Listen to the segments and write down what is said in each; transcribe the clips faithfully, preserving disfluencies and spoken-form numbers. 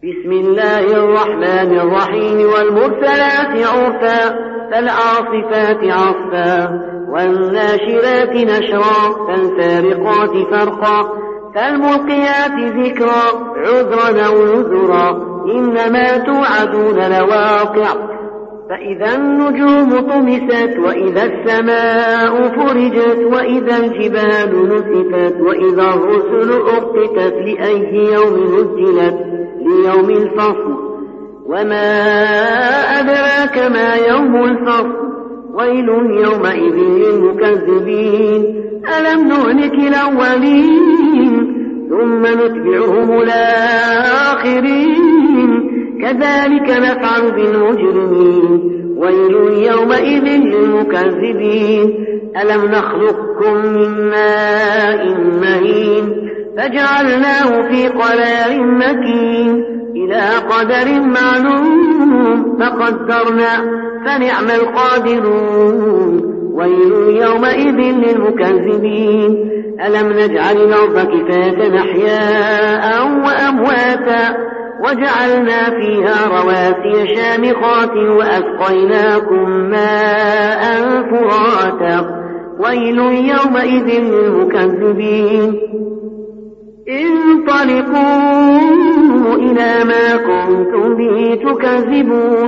بسم الله الرحمن الرحيم والمرسلات عرفا فالعاصفات عصفا والناشرات نشرا فالفارقات فرقا فالملقيات ذكرا عذرا أو نذرا إنما توعدون لواقع فإذا النجوم طمست وإذا السماء فرجت وإذا الجبال نسفت وإذا الرسل أقتت لأي يوم نزلت ليوم الفصل وما أدراك ما يوم الفصل ويل يومئذ للمكذبين ألم نهلك الأولين ثم نتبعهم الآخرين كذلك نفعل بالمجرمين ويل يومئذ للمكذبين ألم نخلقكم من ماء مهين فجعلناه في قرار مكين إلى قدر معلوم فقدرنا فنعم القادرون ويل يومئذ للمكذبين ألم نجعل الأرض كفاة أحياء وأمواتا وجعلنا فيها رواسي شامخات وأسقيناكم ماء فراتا ويل يومئذ للمكذبين انطلقوا إلى ما كنتم به تكذبون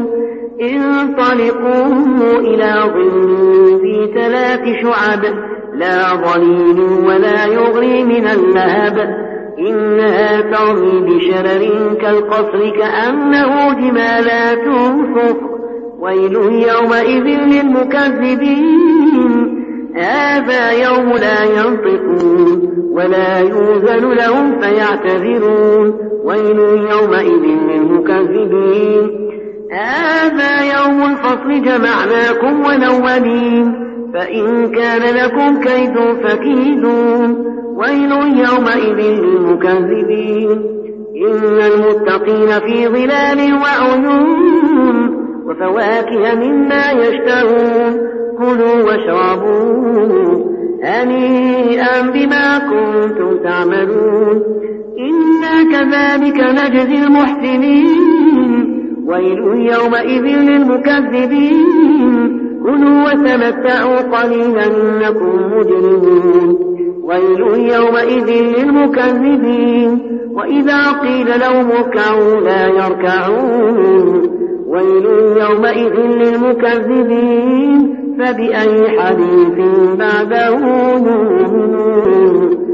انطلقوا إلى ظل ذي ثلاث شعب لا ظليل ولا يغري من اللهب إنها ترمي بشرر كالقصر كأنه جمالات صفر ويل يومئذ للمكذبين هذا يوم لا ينطقون ولا يؤذن لهم فيعتذرون ويل يومئذ للمكذبين هذا يوم الفصل جمعناكم والأولين فإن كان لكم كيد فكيدون ويل يومئذ للمكذبين إن المتقين في ظلال وعيون وفواكه مما يشتهون كلوا واشربوا هنيئا بما كنتم تعملون إنا كذلك نجزي المحسنين ويل يومئذ للمكذبين كلوا وتمتعوا قليلا إنكم مجرمون ويل يومئذ للمكذبين وإذا قيل لهم اركعوا لا يركعون ويل يومئذ للمكذبين فبأي حديث بعده يؤمنون